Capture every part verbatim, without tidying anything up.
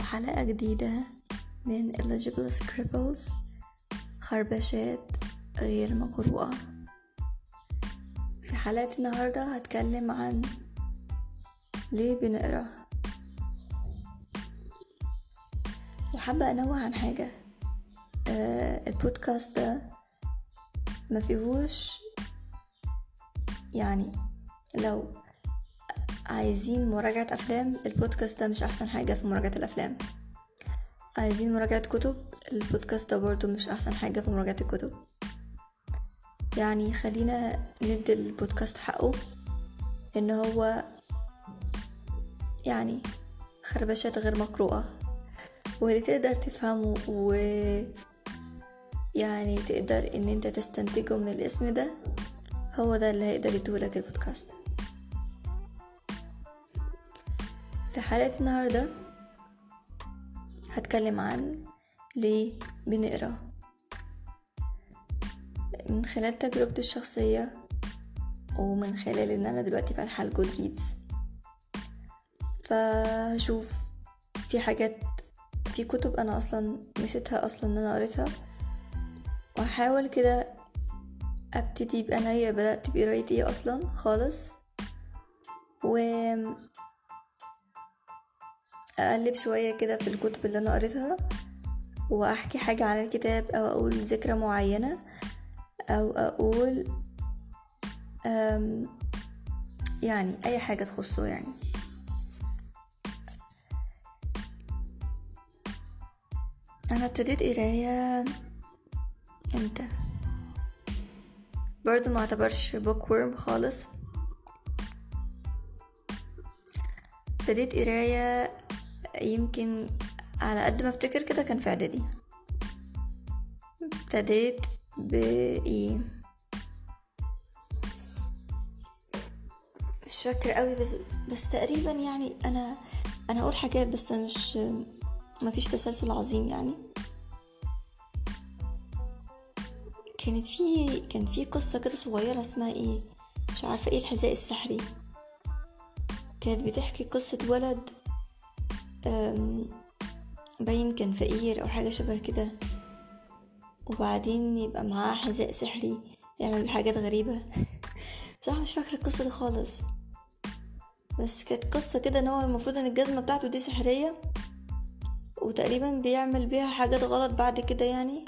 وحلقة جديدة من Illegible Scribbles، خربشات غير مقروءة. في حلقة النهاردة هتكلم عن ليه بنقرأ، وحابة أنوه عن حاجة. آه البودكاست ده ما فيهوش، يعني لو عايزين مراجعة أفلام البودكاست ده مش أحسن حاجة في مراجعة الأفلام. عايزين مراجعة كتب البودكاست ده برضو مش أحسن حاجة في مراجعة الكتب. يعني خلينا ندي البودكاست حقه إن هو يعني خربشات غير مقروءة، واللي تقدر تفهمه و يعني تقدر إن انت تستنتجه من الاسم ده هو ده اللي هيقدر يدولك البودكاست. في حلقة النهاردة هتكلم عن ليه بنقرأ من خلال تجربتي الشخصية، ومن خلال ان انا دلوقتي فاتحة الجود ريدز، فهشوف في حاجات في كتب انا اصلا نسيتها اصلا ان انا قريتها، وهحاول كده ابتدي بأناية بدأت بقرايتي اصلا خالص، و اقلب شوية كده في الكتب اللي انا قريتها، واحكي حاجة عن الكتاب، او اقول ذكرى معينة، او اقول أم يعني اي حاجة تخصه. يعني انا ابتديت قراية امتى؟ برضو ما اعتبرش بوك وورم خالص. ابتديت قراية يمكن على قد ما افتكر كده كان في اعدادي. ابتديت بايه مش فاكرة قوي، بس بس تقريبا يعني انا انا اقول حاجات بس مش ما فيش تسلسل عظيم. يعني كانت في كان في قصة كده صغيرة اسمها ايه مش عارفة ايه الحذاء السحري. كانت بتحكي قصة ولد باين كان فقير او حاجة شبه كده، وبعدين يبقى معاه حذاء سحري يعمل حاجات غريبة. بصراحة مش فاكرة القصة دي خالص، بس كانت قصة كده ان هو المفروض ان الجزمة بتاعته دي سحرية، وتقريبا بيعمل بيها حاجات غلط بعد كده. يعني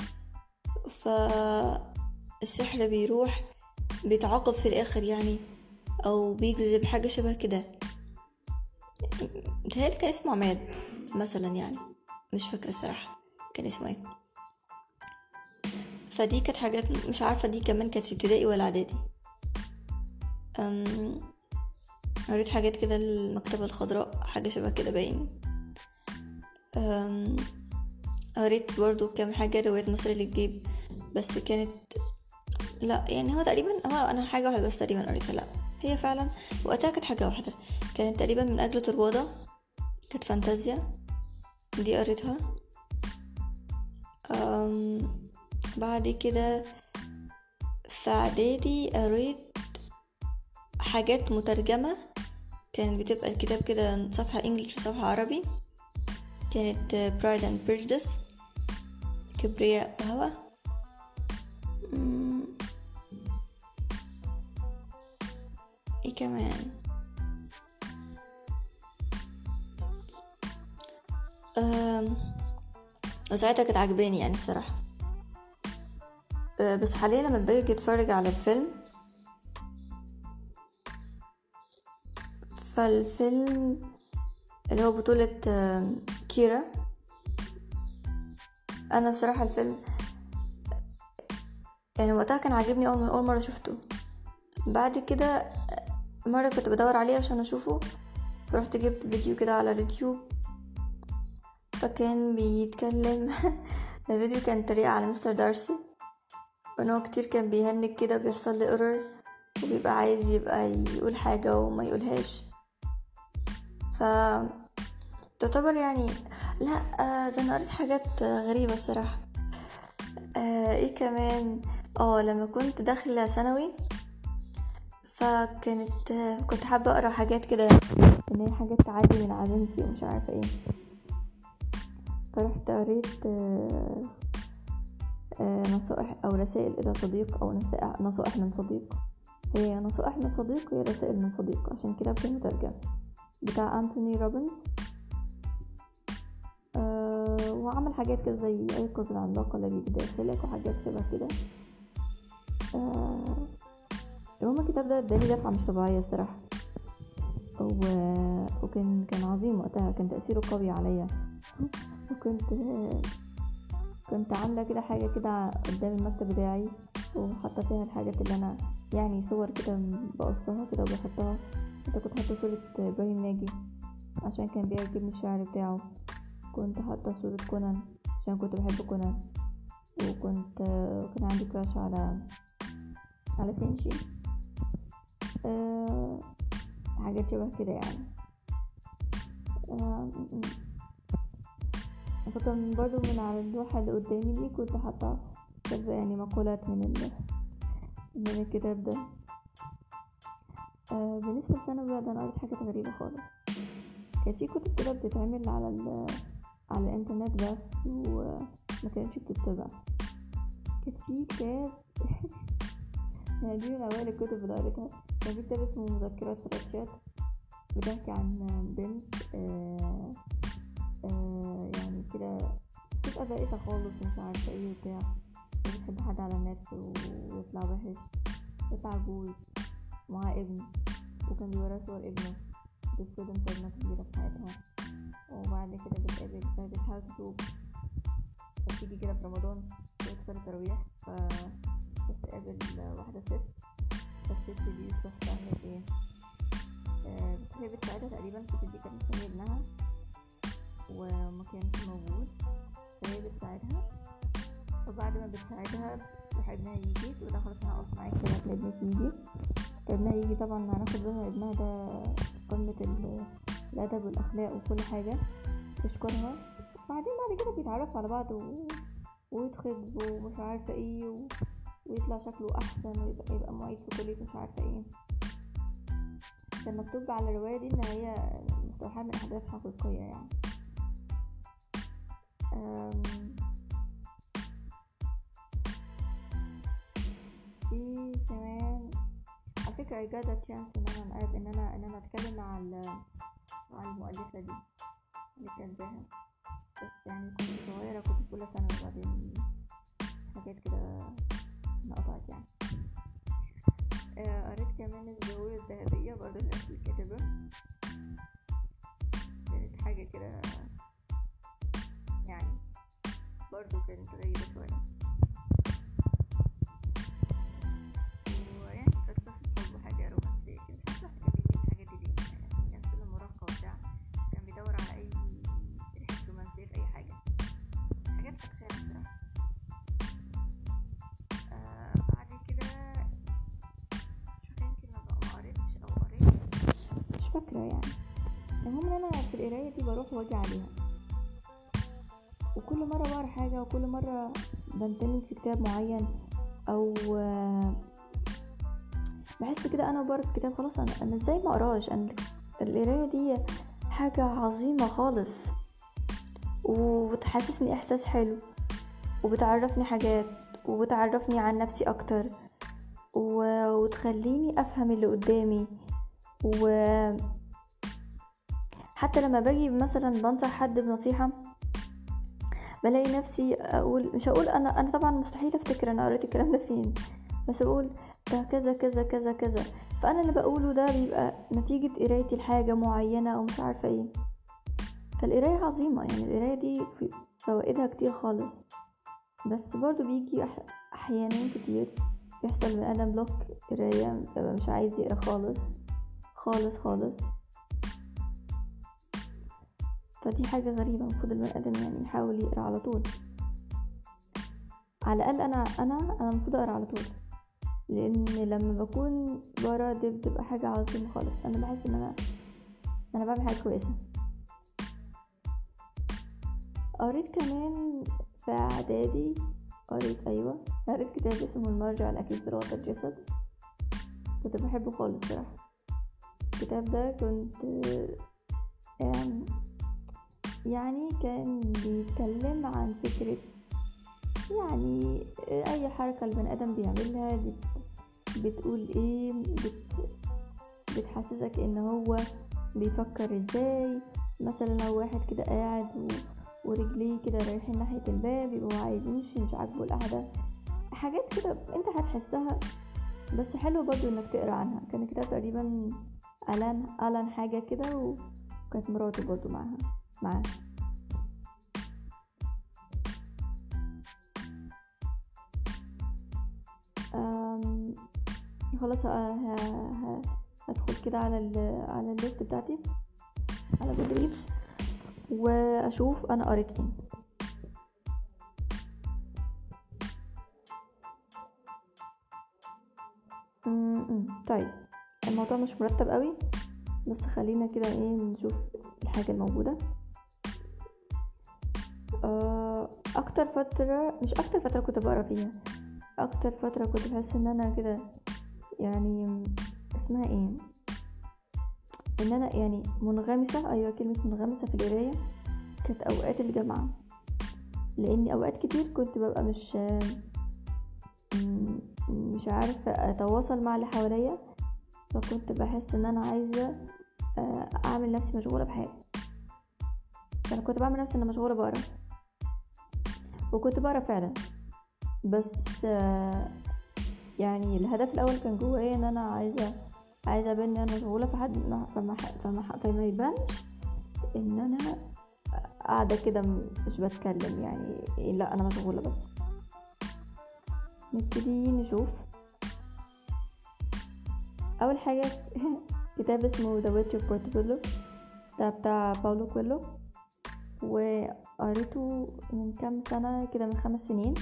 فالسحر بيروح بيتعاقب في الاخر، يعني او بيجذب حاجة شبه كده. متهيألي كان اسمه عماد مثلا، يعني مش فاكرة الصراحة كان اسمه ايه. فدي كانت حاجات مش عارفة دي كمان كانت في ابتدائي ولا اعدادي. قريت حاجات كده المكتبة الخضراء حاجة شبه كده باين. قريت برضو كام حاجة رواية مصر للجيب، بس كانت لا يعني هو تقريبا هو انا حاجة واحدة بس تقريبا قريتها. لا هي فعلا وقتها كانت حاجة واحدة، كانت تقريبا من اجل طروادة، كانت فانتازيا دي قريتها. بعد كده في اعدادي قريت حاجات مترجمة، كانت بتبقى الكتاب كده صفحة انجليش وصفحة عربي. كانت برايد اند بريجديس، كبرياء وهوى. ايه كمان أم... وساعتها كانت عجباني يعني الصراحة. أه بس حاليا لما باجي اتفرج على الفيلم، فالفيلم اللي هو بطولة كيرا، انا بصراحة الفيلم يعني وقتها كان عاجبني اول اول مرة شفته. بعد كده مرة كنت بدور عليه عشان اشوفه، فرحت جبت فيديو كده على اليوتيوب، فكان بيتكلم الفيديو كان طريقة على مستر دارسي، وان هو كتير كان بيهنك كده بيحصل لي ايرور، وبيبقى عايز يبقى يقول حاجة وما يقولهاش. ف تعتبر يعني لا آه ده انا قريت حاجات غريبة الصراحة. آه ايه كمان اه لما كنت داخلة ثانوي، فكانت آه كنت حابة اقرا حاجات كده ان هي حاجات تعدي من عزيمتي ومش عارفة ايه. فرحت قريت آه، آه، نصائح او رسائل الى صديق او نصائح نصائح من صديق. هي نصائح من صديق، هي رسائل من صديق، عشان كده كان مترجم بتاع أنتوني روبنز. أه وعمل حاجات كده زي أيقظ العملاق الذي بداخلك وحاجات شبه كده. أه المهم الكتاب ده اداني دفعة مش طبيعية الصراحة، وكان كان عظيم وقتها، كان تأثيره قوي عليا. وكنت كنت عاملة كده حاجة كده قدام المكتب بتاعي، وحاطة فيها الحاجات اللي أنا يعني صور كده بقصها كده وبحطها. كنت كنت حاطة صورة إبراهيم ناجي عشان كان بيعجبني الشعر بتاعه. كنت حاطة صورة كونان عشان كنت بحب كونان. وكنت كان عندي كراش على على سينشي. أه... حاجات شبه كده يعني. أه... فكان برضو من على اللوحة اللي قدامي دي كنت حاطة يعني مقولات من ال... من الكتاب ده. أه... بالنسبة لثانوي بقى انا قريت حاجات غريبة خالص. كان في كتب كده بتتعمل على ال... على الانترنت بس وما كانتش بتتبع. كان في كتاب يعني دي من اوائل الكتب اللي قريتها. كان في كتاب اسمه مذكرات فراتشات، بتحكي عن بنت آه آه يعني كده بتبقى بائسة خالص ومش عارفة ايه وبتاع، بتحب حد على النت ويطلع وحش، يطلع جوز ومعاه ابن، وكان بيورا صور ابنه، بتصدم صدمة كبيرة في حياتها. وبعد كده بتقابل بتحاول تتوب، بتيجي كده في رمضان بتفطر التراويح فبتقابل واحدة ست. فالست دي تروح تعمل ايه، آه هي بتساعدها تقريبا. الست دي كانت مستنية ابنها وما كانش موجود، فهي بتساعدها. وبعد ما بتساعدها تروح ابنها يجي تقول لها خلاص انا هقف معاكي لغاية ابنك يجي. ابنها يجي طبعا هناخد بالنا ابنها ده قمة الأدب والأخلاق وكل حاجة، تشكرها. بعدين بعد كده بيتعرفوا على بعض و... ويتخطبوا ومش عارفة ايه و... ويطلع شكله أحسن ويبقى يبقى معيد في كلية مش عارفة ايه. كان مكتوب على الرواية دي ان هي مستوحاة من أحداث حقيقية يعني. أم... في كمان على فكرة I got a chance ان انا نقاب ان انا ان انا اتكلم مع مع المؤلفة دي اللي كاتباها، بس يعني كنت صغيرة، كنت في أولى ثانوي، وبعدين حاجات كده انقطعت يعني. آه قريت كمان الزهور الذهبية برضه لنفس الكاتبة، كانت حاجة كده يعني برضه كانت غريبة شوية، ويعني كانت قصة حب وحاجة رومانسية كده. مش عارفة كان بيميل الحاجات دي ليه، يعني كان سن المراهقة وبتاع، كان بيدور على أي ريحة رومانسية في أي حاجة، حاجات فاكسانة الصراحة. آه بعد كده مش فاكرة، يمكن ما قريتش أو قريت مش فاكرة يعني. المهم ان انا في القراية دي بروح واجي عليها، وكل مرة بقرا حاجة وكل مرة بندمج في كتاب معين، او بحس كده انا بقرا كتاب خلاص انا انا ازاي ما اقراش. انا القراية دي حاجة عظيمة خالص، وبتحسسني احساس حلو، وبتعرفني حاجات، وبتعرفني عن نفسي اكتر، وتخليني افهم اللي قدامي. و حتى لما باجي مثلا بنصح حد بنصيحة بلاقي نفسي اقول، مش هقول انا انا طبعا مستحيل افتكر انا قريت الكلام ده فين، بس اقول ده كذا كذا كذا كذا. فانا اللي بقوله ده بيبقى نتيجة قرايتي لحاجة معينة او مش عارفة ايه. فالقراية عظيمة يعني، القراية دي في فوائدها كتير خالص، بس برضو بيجي أح... احيانا كتير بيحصل من ادم بلوك قراية، مش عايز يقرا خالص خالص خالص. فدي حاجة غريبة، المفروض البني ادم يعني يحاول يقرا على طول، على الاقل انا انا انا المفروض اقرا على طول، لان لما بكون بقرا دي بتبقى حاجة عظيمة خالص. انا بحس ان انا انا بعمل حاجة كويسة. قريت كمان في اعدادي، قريت ايوه قريت كتاب اسمه المرجع الاكيد في لغة الجسد، كنت بحبه خالص صراحة. الكتاب ده كنت يعني يعني كان بيتكلم عن فكرة يعني اي حركة البني ادم بيعملها بت بتقول ايه، بت بتحسسك ان هو بيفكر ازاي. مثلا لو واحد كده قاعد و... ورجليه كده رايحين ناحية الباب، يبقى هو عايز يمشي، مش عاجبه القعدة. حاجات كده انت هتحسها، بس حلو برضو انك تقرا عنها. كان كتاب تقريبا ألان ألان حاجة كده، وكانت مراته برضو معاها معاه. أم... خلاص ه... ه... ه... هدخل كده على ال... على الليست بتاعتي على جودريدز واشوف انا قريت ايه. طيب الموضوع مش مرتب قوي، بس خلينا كده ايه نشوف الحاجة الموجودة. اكتر فترة مش اكتر فترة كنت بقرا فيها، اكتر فترة كنت بحس ان انا كده يعني اسمها ايه ان انا يعني منغمسة، ايوه كلمة منغمسة في القراية، كانت اوقات الجامعة. لاني اوقات كتير كنت ببقى مش مش عارفة اتواصل مع اللي حواليا، فكنت بحس ان انا عايزة اعمل نفسي مشغولة بحاجة. فانا كنت بعمل نفسي ان انا مشغولة بقرا، وكنت بقرا فعلا، بس يعني الهدف الاول كان جوه ايه ان انا عايزة عايزة ابان ان انا مشغولة، فحد فما فما فما يبانش ان انا قاعدة كده مش بتكلم، يعني لا انا مشغولة بس. نبتدي نشوف اول حاجة كتاب اسمه The Witch of Portobello، ده بتاع باولو كويلو، وقريته من كام سنة كده، من خمس سنين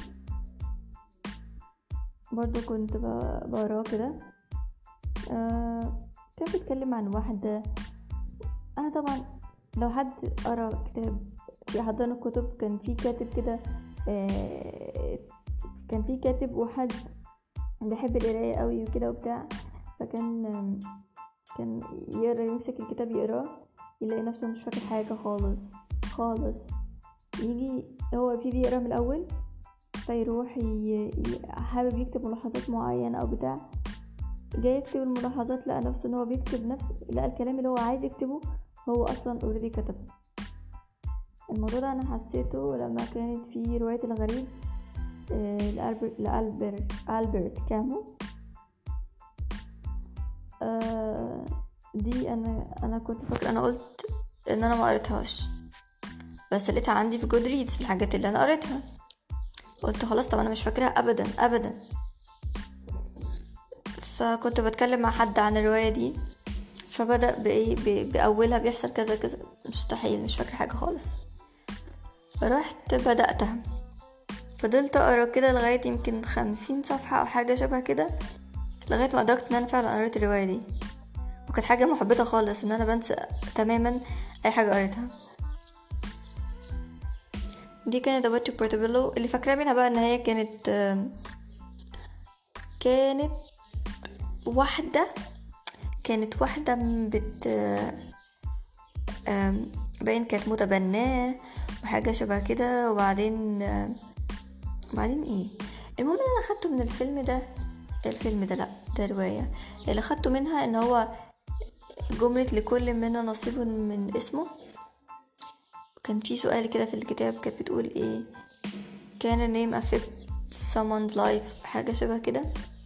برضو كنت بقراه كده. آه كان بيتكلم عن واحدة. انا طبعا لو حد قرا كتاب في حضانة الكتب، كان في كاتب كده آه كان في كاتب وحد بيحب القراية قوي وكده وبتاع، فكان كان يقرا يمسك الكتاب يقراه يلاقي نفسه مش فاكر حاجة خالص خالص. يجي هو يبتدي يقرا من الاول، فيروح ي... حابب يكتب ملاحظات معينة او بتاع، جاي يكتب الملاحظات لقى نفسه ان هو بيكتب نفس لقى الكلام اللي هو عايز يكتبه هو اصلا اوريدي كتبه. الموضوع ده انا حسيته لما كانت في رواية الغريب لألبرت لألبرت ألبرت كامو. آه دي انا انا كنت فاكره انا قلت ان انا ما قريتهاش، بس لقيتها عندي في جودريدز في الحاجات اللي انا قريتها. قلت خلاص طب انا مش فاكراها ابدا ابدا. فكنت بتكلم مع حد عن الروايه دي، فبدا بايه باولها بيحصل كذا كذا، مستحيل مش فاكره حاجه خالص. رحت بداتها، فضلت اقرا كده لغايه يمكن خمسين صفحه او حاجه شبه كده، لغايه ما ادركت ان انا فعلا قريت الروايه دي. وكانت حاجه محبطه خالص ان انا بنسى تماما اي حاجه قريتها. دي كانت The Witch of Portobello. اللي فاكراه منها بقى ان هي كانت كانت واحدة كانت واحدة بت باين كانت متبناه وحاجة شبه كده، وبعدين وبعدين ايه المهم اللي انا خدته من الفيلم ده الفيلم ده لا ده رواية اللي خدته منها ان هو جملة لكل منا نصيب من اسمه. كان في سؤال كده في الكتاب كانت بتقول ايه can a name affect someone's life، حاجة شبه كده.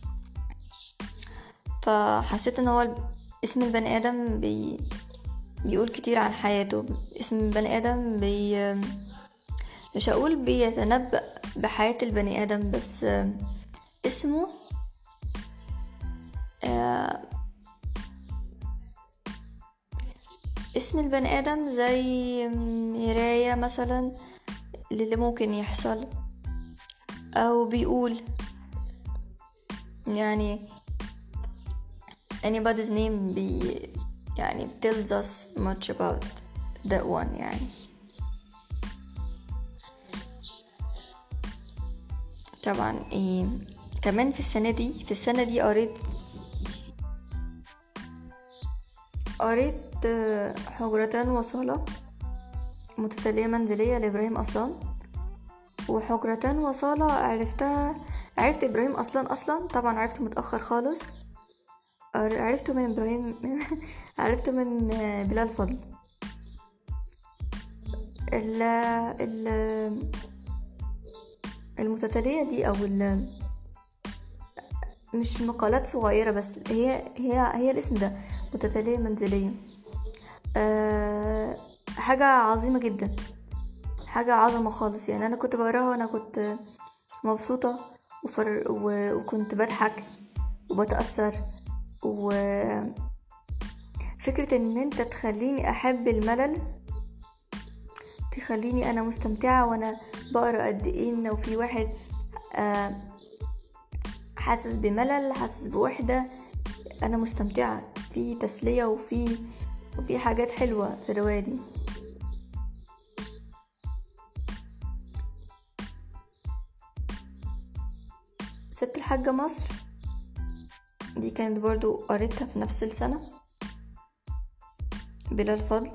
فحسيت ان هو اسم البني ادم بي بيقول كتير عن حياته. اسم البني ادم بي مش هقول بيتنبأ بحياة البني ادم، بس اسمه آه اسم البني ادم زي مراية مثلا اللي ممكن يحصل، او بيقول يعني anybody's name بي يعني tells us much about that one. يعني طبعا ايه كمان في السنة دي في السنة دي قريت قريت حجرتان وصالة، متتالية منزلية لإبراهيم أصلان، وحجرتان وصالة عرفتها. عرفت إبراهيم أصلان أصلا طبعا عرفته متأخر خالص. عرفته من إبراهيم عرفته من بلال فضل. ال ال المتتالية دي أو ال مش مقالات صغيرة بس، هي هي هي الاسم ده متتالية منزلية. أه حاجة عظيمة جدا، حاجة عظمة خالص يعني. أنا كنت بقراها وأنا كنت مبسوطة وفر و... وكنت بضحك وبتأثر، وفكرة ان انت تخليني احب الملل، تخليني انا مستمتعة وانا بقرا قد ايه انه في واحد آه حاسس بملل، حاسس بوحدة، انا مستمتعة في تسلية وفي وفي حاجات حلوة في الرواية دي. ست الحاجة مصر دي كانت برضو قريتها في نفس السنة، بلال فضل.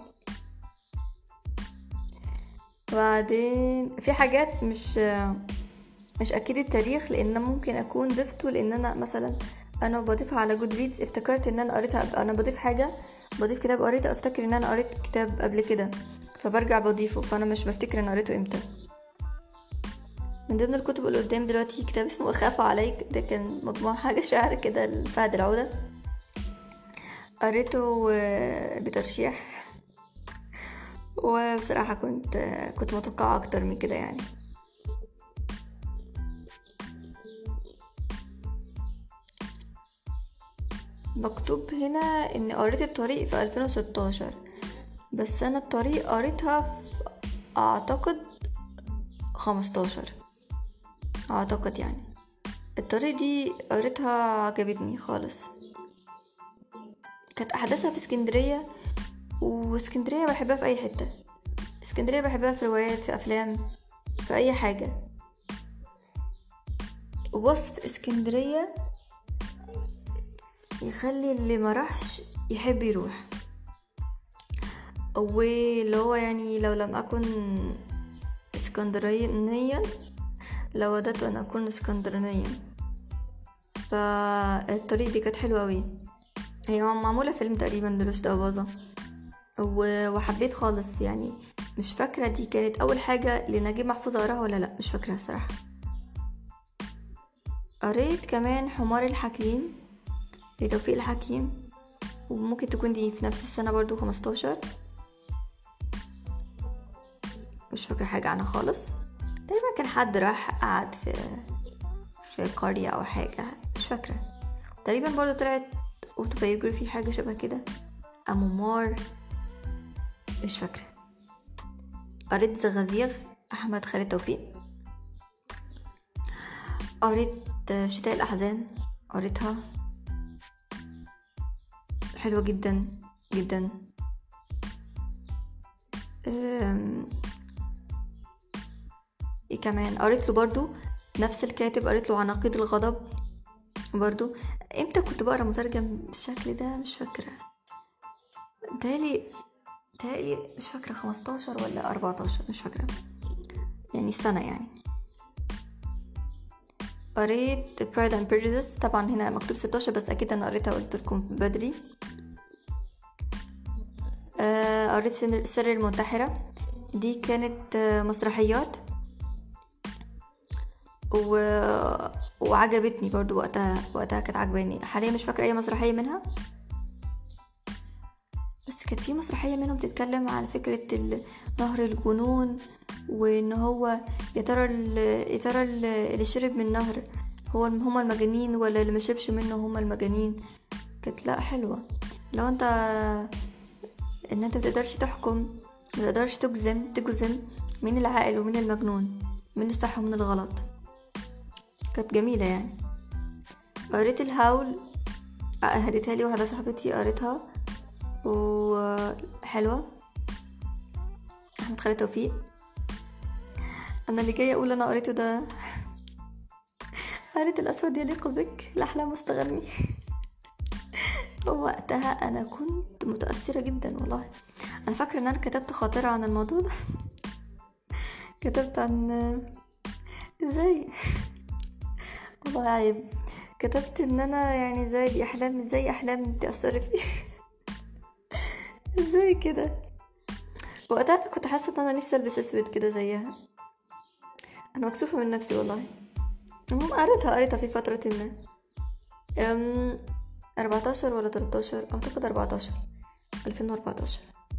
وبعدين في حاجات مش مش اكيد التاريخ، لان ممكن اكون ضفته، لان انا مثلا انا بضيفها على جود ريدز افتكرت ان انا قريتها. انا بضيف حاجه، بضيف كتاب قريته افتكر ان انا قريت كتاب قبل كده فبرجع بضيفه، فانا مش بفتكر ان قريته امتى. من ضمن الكتب اللي قدام دلوقتي كتاب اسمه اخاف عليك، ده كان مجموعه حاجه شعر كده لفهد العوده، قريته بترشيح، وبصراحه كنت كنت متوقعه اكتر من كده يعني. مكتوب هنا ان قريت الطريق في ألفين وستاشر، بس انا الطريق قريتها في اعتقد خمستاشر اعتقد يعني. الطريق دي قريتها عجبتني خالص، كانت احداثها في اسكندرية، واسكندرية بحبها في اي حتة. اسكندرية بحبها في روايات، في افلام، في اي حاجة. وصف اسكندرية يخلي اللي ما راحش يحب يروح، واللي هو يعني لو لم اكن اسكندرانيا لوددت ان اكون اسكندرانيا. فالطريق دي كانت حلوه قوي، هي معموله فيلم تقريبا لرشدي اباظة، وحبيت خالص يعني. مش فاكره دي كانت اول حاجه لنجيب محفوظ اقراها ولا لا، مش فاكره الصراحه. قريت كمان حمار الحكيم لتوفيق الحكيم، وممكن تكون دي في نفس السنه برضو خمستاشر، مش فاكره حاجه عنها خالص. تقريبا كان حد راح قعد في في قريه او حاجه، مش فاكره. تقريبا برضو طلعت اوتوبيوجرافي حاجه شبه كده، امومار، مش فاكره. قريت زغازيغ احمد خالد توفيق. قريت شتاء الاحزان، قريتها حلوه جدا جدا. ايه كمان قريت له برضو نفس الكاتب، قريت له عناقيد الغضب برضو. امتى كنت بقرا مترجم بالشكل ده مش فاكره، متهيألي متهيألي مش فاكره خمستاشر ولا اربعتاشر، مش فاكره يعني السنه يعني. قريت Pride and Prejudice، طبعا هنا مكتوب ستاشر بس اكيد انا قريتها قلت لكم بدري. آه قريت سر المنتحرة، دي كانت آه مسرحيات و... وعجبتني برضو وقتها وقتها كانت عجباني. حاليا مش فاكرة اي مسرحية منها، بس كانت في مسرحية منهم بتتكلم على فكرة نهر الجنون، وان هو يا ترى يا ترى اللي شرب من النهر هو هما المجانين ولا اللي ما شربش منه هما المجانين. كانت لا حلوة. لو انت ان انت متقدرش تحكم، متقدرش تجزم تجزم مين العاقل ومين المجنون، مين الصح ومين الغلط. كانت جميلة يعني. قريت الهول، هديتها لي واحدة صاحبتي قريتها وحلوة، احمد خالد توفيق. انا اللي جاي اقول انا قريته ده قريت الاسود يليق بك لاحلام مستغني. وقتها انا كنت متأثرة جدا والله. انا فاكره ان انا كتبت خاطره عن الموضوع ده. كتبت عن ازاي، والله عيب، كتبت ان انا يعني ازاي دي احلام، ازاي احلام تأثر فيه. ازاي كده. وقتها أنا كنت حاسه ان انا نفسي البس اسود كده زيها. انا مكسوفه من نفسي والله. المهم قريتها قريتها في فتره ما، أم أربعتاشر ولا تلتاشر، اعتقد أربعتاشر، ألفين وأربعتاشر.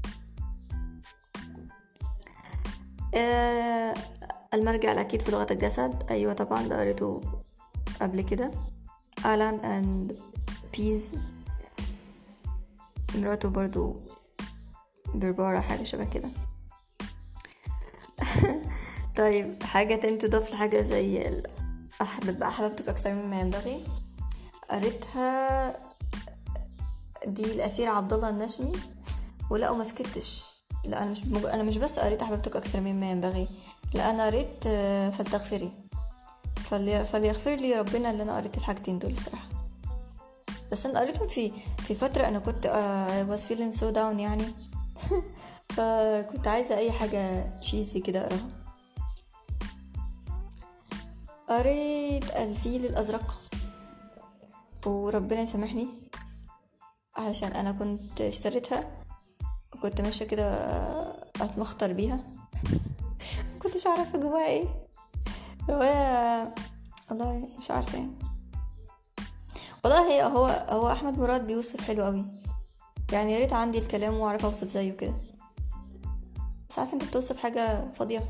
أه المرجع الاكيد في لغة الجسد، ايوه طبعا ده قريته قبل كده. ألان اند بيز، مراته برضو بربارة، حاجة شبه كده. طيب حاجة تاني تضاف لحاجة زي ال- أحبب أحببتك أكثر مما ينبغي، قريتها دي الأثير عبد الله النشمي. ولا وما سكتش، لا أنا مش مج... أنا مش بس قريت أحببتك أكثر مما ينبغي، لا أنا قريت آه، فلتغفري، فلي... فليغفر لي ربنا. اللي أنا قريت الحاجتين دول الصراحة، بس أنا قريتهم في في فترة أنا كنت uh, was feeling so down يعني. فكنت عايزة أي حاجة تشيزي كده أقراها. قريت الفيل الأزرق، وربنا يسامحني علشان أنا كنت اشتريتها وكنت ماشية كده أتمخطر بيها، مكنتش عارفة جواها ايه. رواية والله مش عارفة يعني. والله هي هو هو أحمد مراد بيوصف حلو قوي يعني، يا ريت عندي الكلام واعرف اوصف زيه كده، بس عارفة انت بتوصف حاجة فاضية.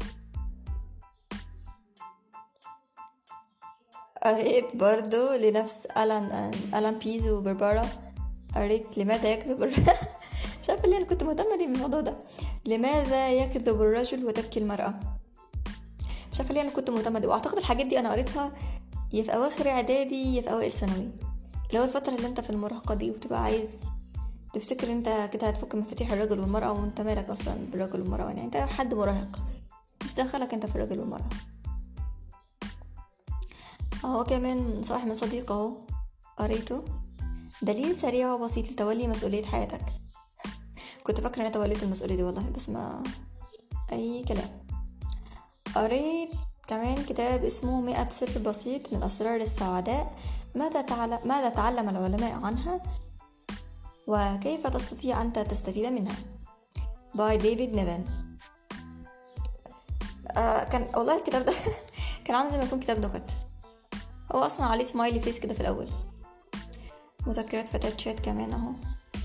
قريت برضو لنفس ألان ألان بيز وبربارا، قريت لماذا يكذب الرجل. مش عارفة ليه أنا كنت مهتمة ليه بالموضوع ده، لماذا يكذب الرجل وتبكي المرأة. مش عارفة ليه أنا كنت مهتمة دي، وأعتقد الحاجات دي أنا قريتها يا في أواخر إعدادي يا في أوائل ثانوي، اللي هو الفترة اللي أنت في المراهقة دي وبتبقى عايز تفتكر انت كده هتفك مفاتيح الرجل والمرأة، وانت مالك أصلا بالرجل والمرأة يعني، انت حد مراهق مش دخلك انت في الرجل والمرأة. اهو كمان صاحب من صديق اهو قريته، دليل سريع وبسيط لتولي مسؤولية حياتك. كنت فاكرة انا توليت المسؤولية دي والله، بس ما اي كلام. قريت كمان كتاب اسمه مئة سر بسيط من أسرار السعداء، ماذا تعلم ماذا تعلم العلماء عنها وكيف تستطيع أنت تستفيد منها، باي ديفيد نيفن. آه كان والله الكتاب ده كان عامل زي ما يكون كتاب نكت، هو اصلا عليه سمايلي فيس كده في الاول. مذكرات فتاة شات كمان اهو،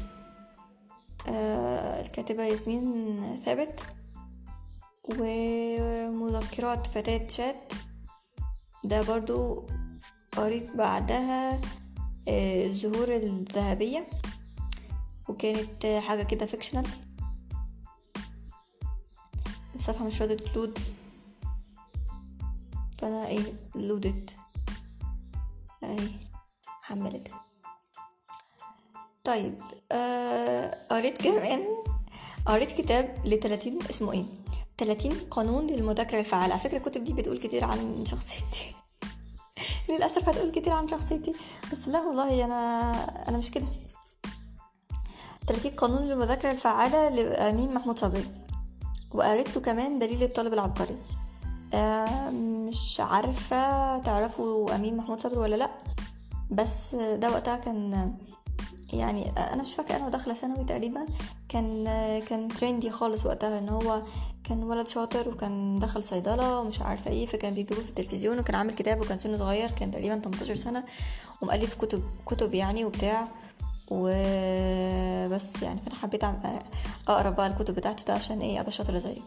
آه الكاتبة ياسمين ثابت. ومذكرات فتاة شات ده برضو قريت بعدها آه الزهور الذهبية، وكانت حاجة كده فيكشنال. الصفحة مش راضية تلود، فانا ايه لودت اهي حملت. طيب آه قريت كمان قريت كتاب لتلاتين اسمه ايه تلاتين قانون للمذاكرة الفعالة. على فكرة الكتب دي بتقول كتير عن شخصيتي. للأسف هتقول كتير عن شخصيتي، بس لا والله أنا أنا مش كده. تلاتين قانون للمذاكرة الفعالة لأمين محمود صبري، وقريت له كمان دليل الطالب العبقري. آه مش عارفة تعرفوا أمين محمود صبري ولا لأ، بس ده وقتها كان يعني انا مش فاكره، انا داخله ثانوي تقريبا، كان كان تريندي خالص وقتها ان هو كان ولد شاطر وكان دخل صيدله ومش عارفه ايه، فكان بيجيبوه في التلفزيون، وكان عامل كتاب وكان سنه صغير، كان تقريبا تمنتاشر سنه، ومؤلف كتب كتب يعني وبتاع وبس يعني. فانا حبيت اقرا بقى الكتب بتاعته ده عشان ايه ابقى شاطره زيه.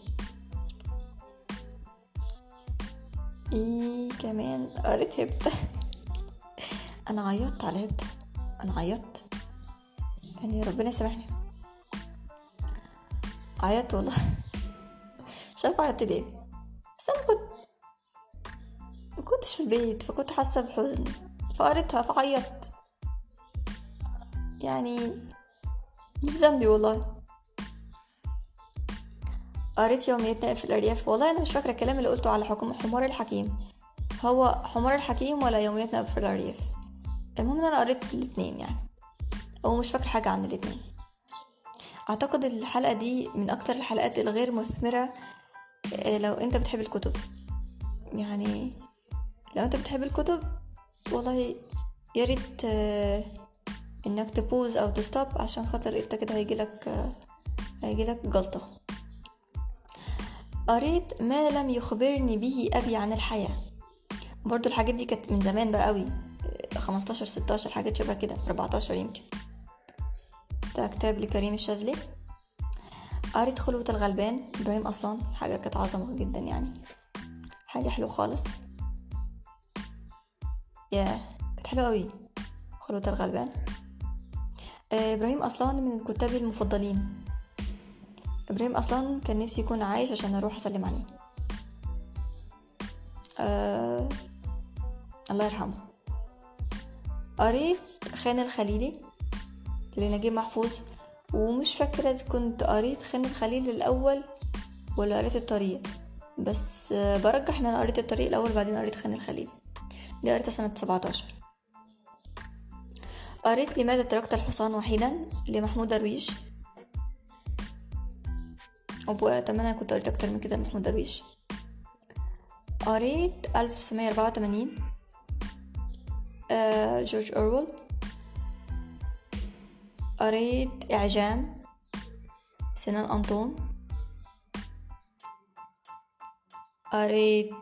ايه كمان قريت هبته. انا عيطت على هبته، انا عيطت يعني ربنا يسامحني، عيطت والله. مش عارفه عيطت ليه، بس انا كنت ما كنتش في البيت فكنت حاسه بحزن فقريتها فعيطت يعني، مش ذنبي والله. قريت يوميات في الارياف، والله انا مش فاكره الكلام اللي قلته على حكم حمار الحكيم، هو حمار الحكيم ولا يوميات نائب في الارياف. المهم ان انا قريت الاثنين يعني، او مش فاكره حاجه عن الاثنين. اعتقد الحلقة دي من اكتر الحلقات الغير مثمرة لو انت بتحب الكتب. يعني لو انت بتحب الكتب والله يا ريت انك تبوز او تستوب، عشان خاطر انت كده هيجيلك هيجيلك جلطة. قريت ما لم يخبرني به ابي عن الحياة. برضو الحاجات دي كانت من زمان بقى قوي، خمستاشر ستاشر حاجات شبه كده، اربعتاشر يمكن. ده كتاب لكريم الشاذلي. قريت خلوة الغلبان ابراهيم اصلا، حاجة كانت عظمة جدا يعني، حاجة حلوة خالص. يا كانت حلوة قوي خلوة الغلبان. ابراهيم اصلان من كتابي المفضلين. ابراهيم اصلان كان نفسي يكون عايش عشان اروح اسلم عليه. أه... الله يرحمه. قريت خان الخليلي لنجيب محفوظ، ومش فاكرة اذا كنت قريت خان الخليل الاول ولا قريت الطريق، بس أه برجح ان انا قريت الطريق الاول بعدين قريت خان الخليل. دي قريتها سنة سبعتاشر. قريت لماذا تركت الحصان وحيدا لمحمود درويش، وأتمنى كنت قريت أكتر من كده محمود درويش. قريت ألف وتسعمية أربعة وتمانين آه جورج أورويل. قريت إعجام سنان أنطون. قريت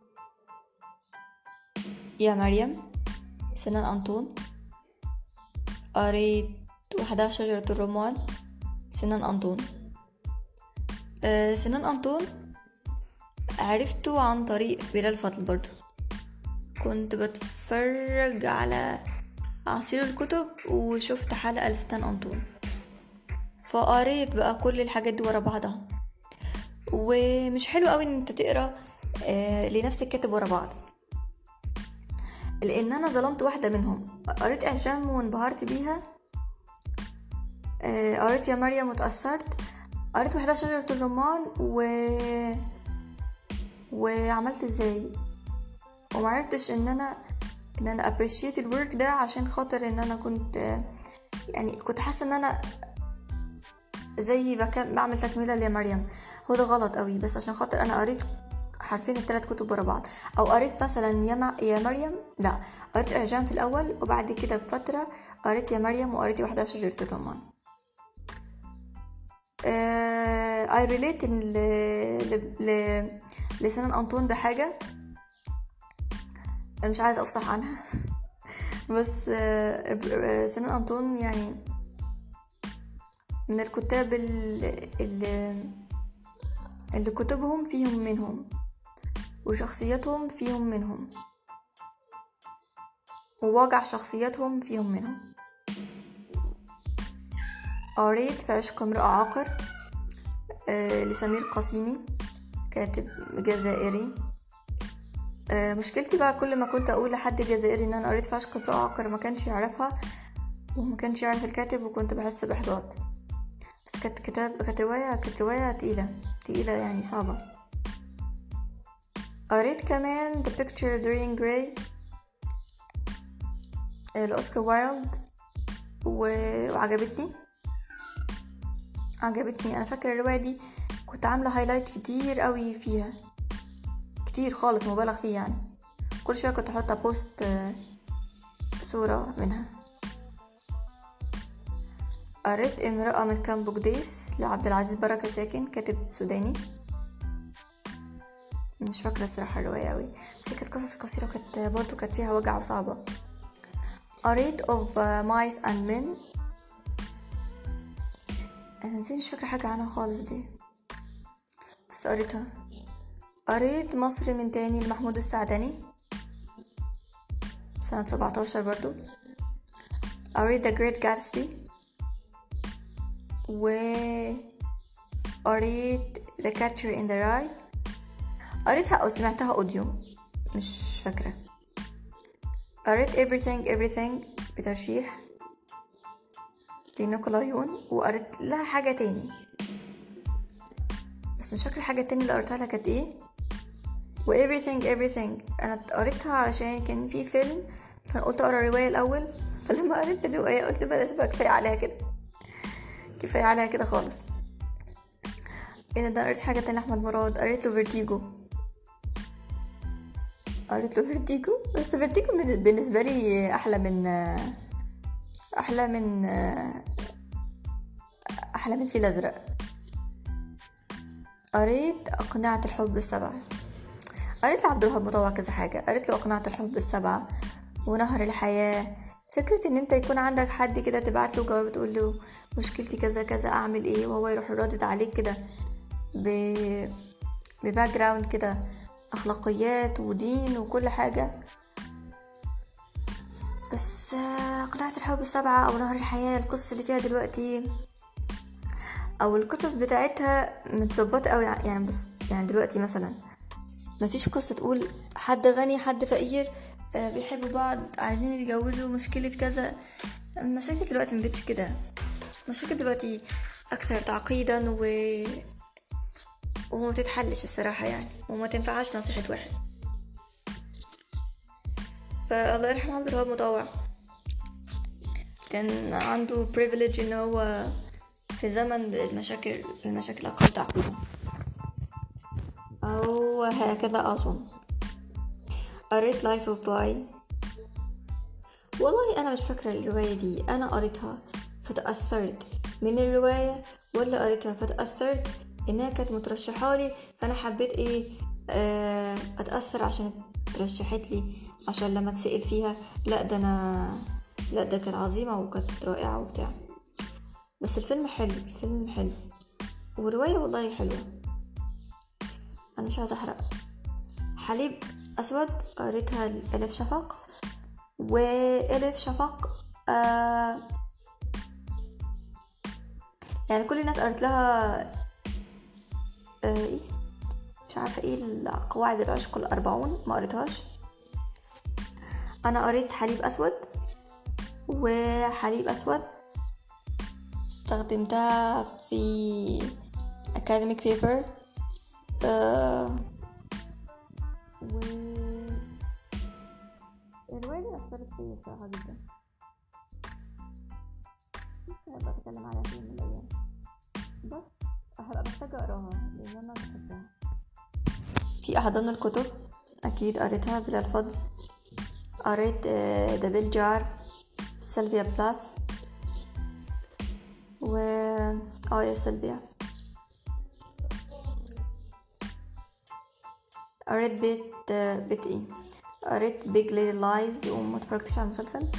يا مريم سنان أنطون. قريت وحدها شجرة الرمان سنان أنطون. آه سنان أنطون عرفته عن طريق بلال فضل. برضو كنت بتفرج على عصير الكتب وشفت حلقة لسنان أنطون، فقريت بقى كل الحاجات دي ورا بعضها. ومش حلو قوي ان انت تقرأ آه لنفس الكاتب ورا بعض، لان انا ظلمت واحدة منهم. قريت اعجام وانبهرت بيها، آه قريت يا مريم وتأثرت، قريت وحدها شجرة الرمان و... وعملت ازاي ومعرفتش ان انا ان انا appreciate الورك ده، عشان خاطر ان انا كنت يعني كنت حاسه ان انا زي بكم بعمل تكمله ليا مريم. هو ده غلط قوي، بس عشان خاطر انا قريت حرفين الثلاث كتب ورا بعض. او قريت مثلا يا, م... يا مريم لا قريت اعجام في الاول، وبعد كده بفتره قريت يا مريم وقريت وحدها شجره الرمان. آه... I relate ل... ل... ل... لسنان أنطون بحاجة مش عايزة أفصح عنها بس سنان أنطون يعني من الكتاب اللي, اللي كتبهم فيهم منهم وشخصياتهم فيهم منهم وواقع شخصياتهم فيهم منهم. قريت في عشق امرأة عاقر لسمير قاسمي، كاتب جزائري. أه مشكلتي بقى كل ما كنت اقول لحد جزائري ان انا قريت في عشق امرأة عاقر ما كانش يعرفها وما كانش يعرف الكاتب، وكنت بحس باحباط. بس كانت كتاب كانت روايه كانت روايه تقيله تقيله يعني صعبه. قريت كمان The Picture of Dorian Gray لأوسكار وايلد وعجبتني عجبتني انا فاكره الروايه دي كنت عامله هايلايت كتير قوي فيها، كتير خالص مبالغ فيه يعني. كل شويه كنت احط بوست صوره منها. قريت امرأة من كامب قديس لعبد العزيز بركة ساكن، كاتب سوداني. مش فاكره الصراحه الروايه قوي، بس كانت قصص قصيره وكانت برضو كانت فيها وجع وصعبه. قريت of mice and men. انا زي مش فاكره حاجه عنها خالص دي، بس قريتها. قريت مصر من تاني لمحمود السعدني سنة سبعتاشر برضو. قريت The Great Gatsby و قريت The Catcher in the Rye. قريتها او سمعتها اوديو مش فاكرة. قريت Everything Everything بترشيح لنيكولا يون، وقريت لها حاجة تاني بس مش فاكرة الحاجة التانية اللي قريتها لها كانت ايه. و Everything Everything انا قريتها علشان كان في فيلم فانا قلت اقرا الرواية الاول، فلما قريت الرواية قلت بلاش بقى كفاية عليها كده. كفاية عليها كده خالص. ايه ده، قريت حاجة تانية لأحمد مراد، قريت له فيرتيجو. قريت له فيرتيجو بس فيرتيجو بالنسبة لي أحلى من أحلى من أحلى من الفيل الأزرق. قريت أقنعة الحب السبعة. قريت لعبد الوهاب مطوع كذا حاجة. قريت له أقنعة الحب السبعة ونهر الحياة. فكرة ان انت يكون عندك حد كده تبعت له جواب تقول له مشكلتي كذا كذا اعمل ايه، وهو يروح يردد عليك كده ب بباك جراوند كده، اخلاقيات ودين وكل حاجة. بس قناعة الحب السبعة او نهر الحياة، القصص اللي فيها دلوقتي او القصص بتاعتها متظبطة قوي. يعني بص، يعني دلوقتي مثلا مفيش قصة تقول حد غني حد فقير بيحبوا بعض عايزين يتجوزوا مشكلة كذا. مشاكل دلوقتي مبقتش كده. مشاكل دلوقتي اكثر تعقيدا و وما تتحلش الصراحة يعني، وما تنفعش نصيحة واحد. فالله يرحم عبد الوهاب مطوع، كان عنده privilege ان هو في زمن المشاكل المشاكل اقل تعقيدا او هكذا اظن. قريت Life of Pi. والله انا مش فاكرة الرواية دي، انا قريتها فتأثرت من الرواية ولا قريتها فتأثرت انها كانت مترشحة لي فانا حبيت ايه آه اتأثر عشان ترشحت لي عشان لما تسأل فيها. لا ده انا لا ده كانت عظيمة وكانت رائعة وبتاع. بس الفيلم حلو، الفيلم حلو والرواية والله حلوة. انا مش عايزة احرق. حليب اسود قريتها الف شفق، والف شفق آه يعني كل الناس قريت لها آه ايه مش عارفة ايه قواعد العشق الاربعون، ما قريتهاش. انا قريت حليب اسود، وحليب اسود استخدمتها في academic paper آه و الرواية دي أثرت فيا صراحة جدا. ممكن أبقى أتكلم عليها في يوم من الأيام، بس هبقى محتاجة أقراها لأن أنا بحبها. في أحضان الكتب أكيد قريتها بلا الفضل. قريت ذا بيل جار سيلفيا بلاث و اه يا سيلفيا. قريت بيت بيت ايه قريت بيج ليتل لايز وما اتفرجتش على المسلسل.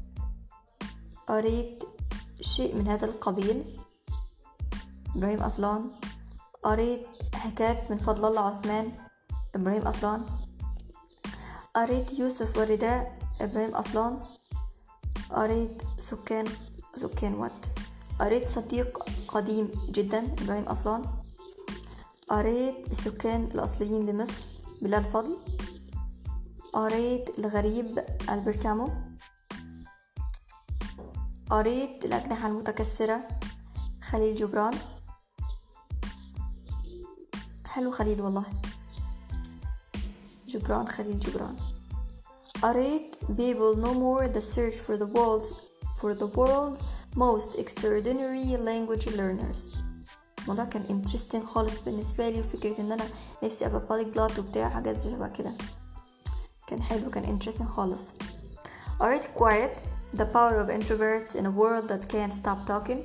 قريت شيء من هذا القبيل إبراهيم أصلان. قريت حكايات من فضل الله عثمان إبراهيم أصلان. قريت يوسف والرداء إبراهيم أصلان. قريت سكان سكان وات قريت صديق قديم جدا إبراهيم أصلان. قريت السكان الأصليين لمصر بلا الفضل. قريت الغريب ألبرت كامو. قريت الأجنحة المتكسرة خليل جبران. حلو خليل والله، جبران خليل جبران. قريت People No More The Search for the World's for the World's Most Extraordinary Language Learners. الموضوع كان interesting خالص بالنسبة لي، وفكرة ان انا نفسي ابقى polyglot وبتاع حاجات شبه كده كان حلو، كان interesting خالص. قريت Quiet The Power of Introverts in a World That Can't Stop Talking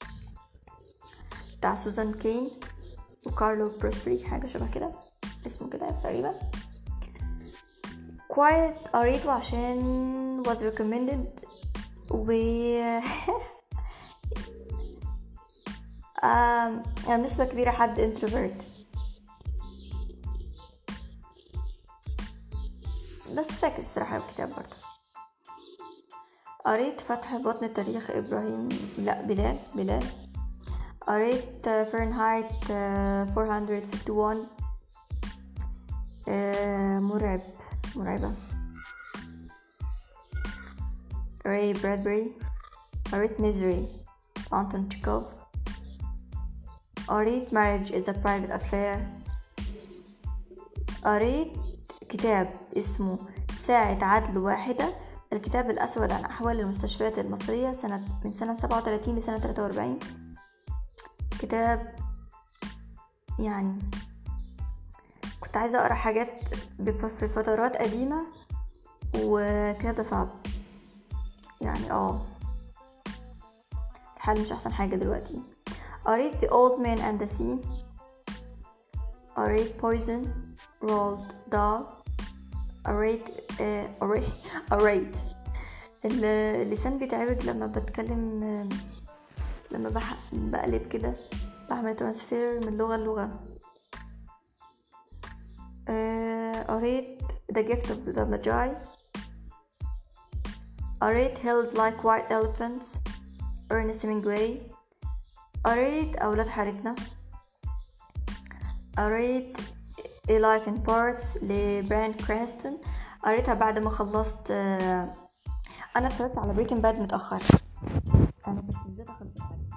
بتاع سوزان كين وكارلو بروسبري، حاجة شبه كده اسمه كده تقريبا. Quiet قريته عشان was recommended و يعني نسبة كبيرة حد introvert، بس فاكس الصراحة الكتاب برضه. قريت فتح بطن التاريخ إبراهيم لا بلال بلال قريت فahrenheit four fifty-one مرعب مرعبة راي برادبري. قريت misery أنتون تشيكوف. قريت marriage is a private affair. قريت كتاب اسمه ساعة عدل واحدة، الكتاب الأسود عن أحوال المستشفيات المصرية سنة من سنة سبعة وثلاثين لسنة ثلاثة وأربعين. كتاب يعني كنت عايزة اقرا حاجات في فترات قديمة، وكتاب ده صعب يعني اه الحال مش احسن حاجة دلوقتي. قريت The Old Man and the Sea، قريت Poison Roald Dahl، قريت آه، قريت قريت اللسان بيتعبك لما بتكلم، آه، لما بح... بقلب كده، بعمل ترانسفير من لغة لغة. آه، قريت The Gift of the Magi، قريت Hills Like White Elephants Ernest Hemingway، قريت أولاد حارتنا، قريت A Life in Parts لبراين كرانستون، قريتها بعد ما خلصت. آه، انا اتفرجت على بريكنج باد متاخر، انا كنت الزيطه خلصت عليه.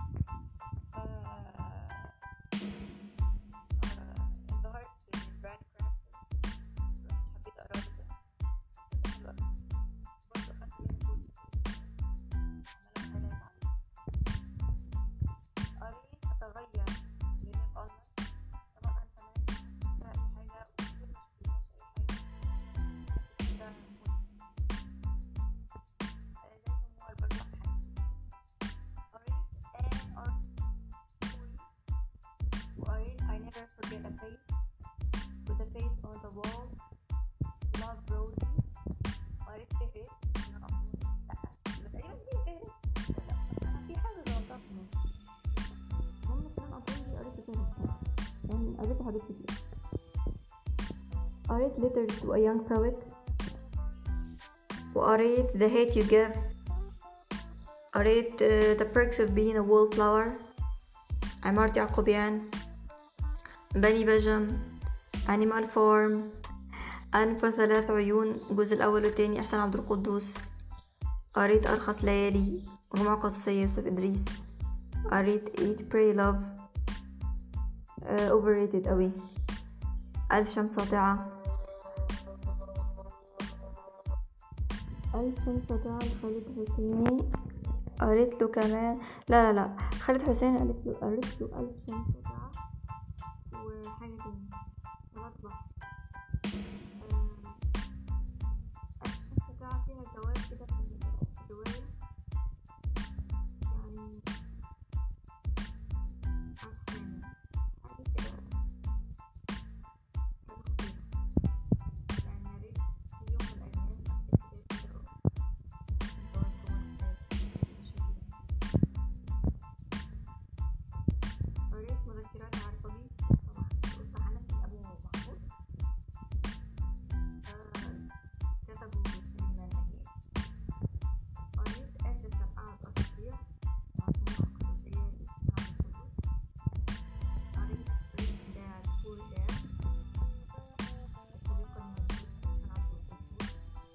Forget a face with a face on the wall, love Rosie، قريت فهرس لا تقريبا دي فهرس، لا في حاجة غلطة في النص. المهم سنان أطول دي قريت فهرس يعني قريت حاجات كتير. قريت Letters to a Young Poet، وقريت The Hate You Give، قريت uh, The Perks of Being a Wallflower، عمارة يعقوبيان، بني بجم، أنيمال فورم، أنف ثلاث عيون الجزء الأول والتاني أحسن عبد القدوس، قريت أرخص ليالي، جمعة قصصية يوسف إدريس، قريت Eat Pray Love، uh, overrated أوي، ألف شمس ساطعة، ألف شمس ساطعة لخالد حسيني، قريت له كمان لا لا لا خالد حسين قريت له قريت له ألف شمس ساطعة وحاجة تاني ثلاث بحر. ألف شمس ساطعة فيها جواب كده في الرواية يعني عسلانة حاجة كده يعني يا ريت في يوم من الأيام أكتب كده قريت مذكرات عرقدي طبعا أسطى حنفي أبو محمود، كتبه سليمان نجيب. قريت آسف لم أعد أستطيع، مجموعة قصصية لسعد القدوس. قريت ريتش داد بور داد، الطريقة المنزوج لسعد القدوس.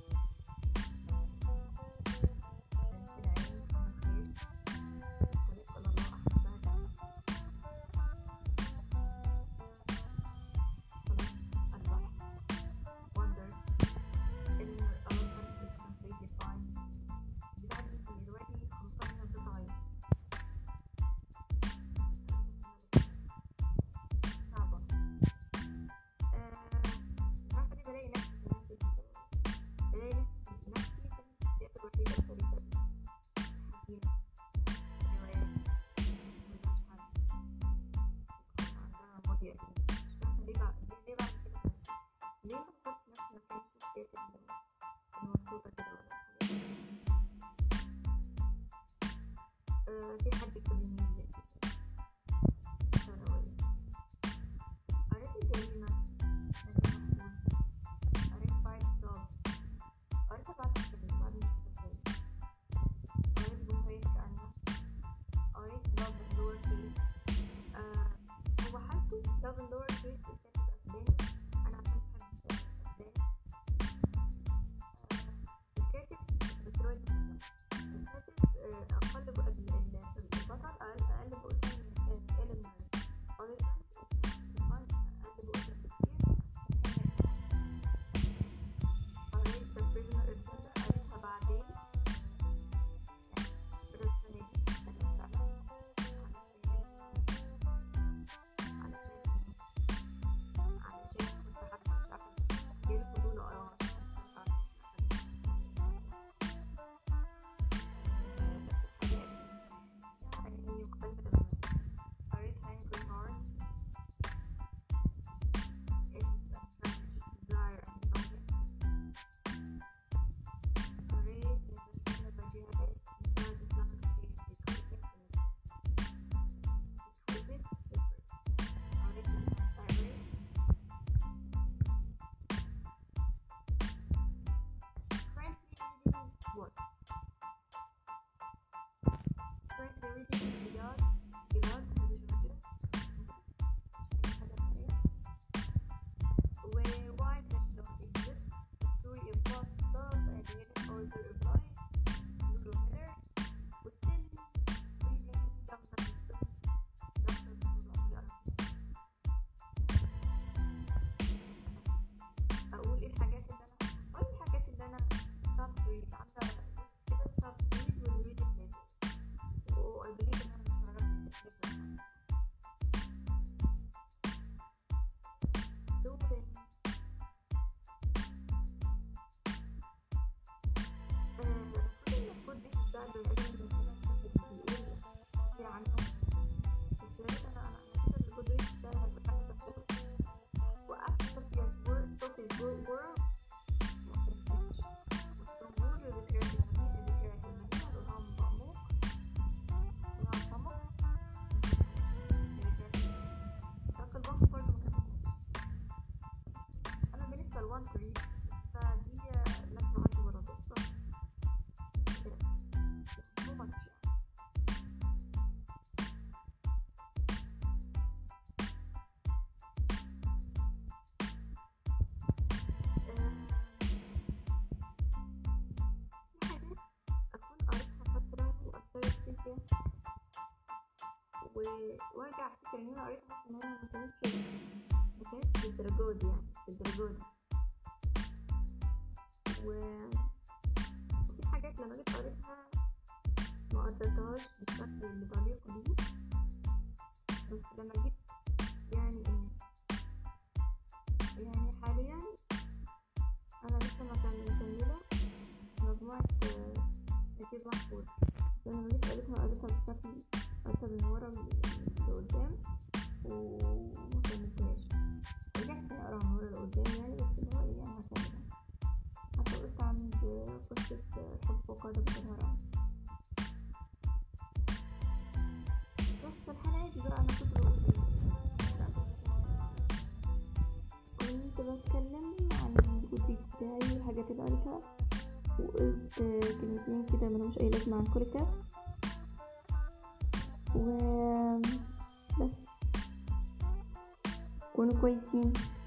رمش العين محمد خير، الطريق إلى الله أحبها دم. ليه ما كنتش نفسي ما كانش الكاتب مبسوطة كده ولا حاجة. أه في حد يكلمني دلوقتي ثانوية. قريت الجريمة نجيب محفوظ، قريت فايت ستوب، قريت بعد الكتاب بعد المستقبل، قريت جمهورية كأنها، قريت لاف ان لور كيس. هو حالته لاف ان لور كيس الكاتب أسباني، أنا عشان بحب الأسباني. الكاتب بس رواية الكاتب أقل البطل الأجانب بيقول كتير عنهم، بس يا ريت أنا أنا حاسة إن الجود ريتس ده هيبقى حاجة وحشة. وقفت صوفيا's world صوفي's world world مفتحتش، والطنبور لذكريات المدينة ذكريات المدينة الألهام بعمق الألهام صمت لذكريات المدينة. ساق البحر برضه مكتبتهاش. أنا بالنسبة لوان تو ريد فدي لازم عندي ورا تقصى كده مو ماتش يعني. في حاجات أكون قريتها فترة وأثرت فيا وارجع افتكر ان انا قريتها بس ان هي ما كانتش ما كانتش بالدرجة دي يعني بالدرجة دي و... وفي حاجات لما جيت قريتها ما قدرتهاش بالشكل اللي طليق بيه، بس لما جيت يعني يعني حاليا انا لسه ما كان مكملة مجموعة نجيب محفوظ، عشان لما جيت قريتها قريتها بشكل قريتها من ورا لقدام وما كملتهاش. رجعت تاني اقرا من ورا لقدام يعني، بس اللي هو ايه انا هكملها. حتى وقفت عند قصة الحب فوق هذا الهرم. بس الحلقة دي بقى انا كنت بقول ايه، كنت بتكلم عن الجزء بتاعي والحاجات اللي قريتها، وقلت كلمتين كده ملهمش اي لازمة عن كل كتاب و بس كونوا كويسين.